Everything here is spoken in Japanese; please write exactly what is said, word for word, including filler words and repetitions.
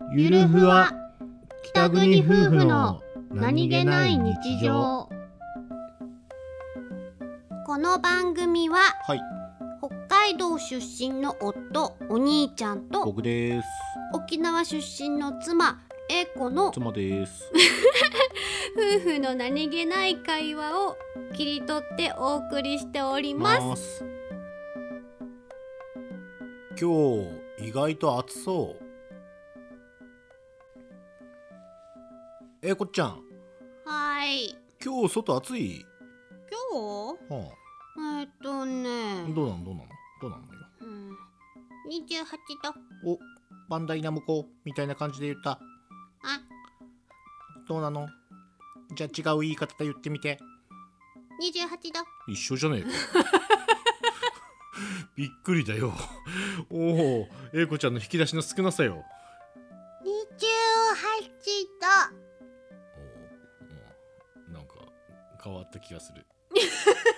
ゆるふわ北国夫婦の何気ない日常。 この番組は、 はい、 北海道出身の夫お兄ちゃんと僕です。 沖縄出身の妻英子の妻です夫婦の何気ない会話を切り取ってお送りしております。 ます今日意外と暑そう。えー、こっちゃん、 はい。 今日外暑い？ 今日はえっとねあ、どうなのどうなのどうなのよ。 うん、にじゅうはちど。 お、バンダイナムコみたいな感じで言った。 あ、 どうなの？じゃあ違う言い方で言ってみて。 にじゅうはちど。 一緒じゃねえかびっくりだよおお、英子ちゃんの引き出しの少なさよ。 にじゅうはちど。 おお、なんか変わった気がする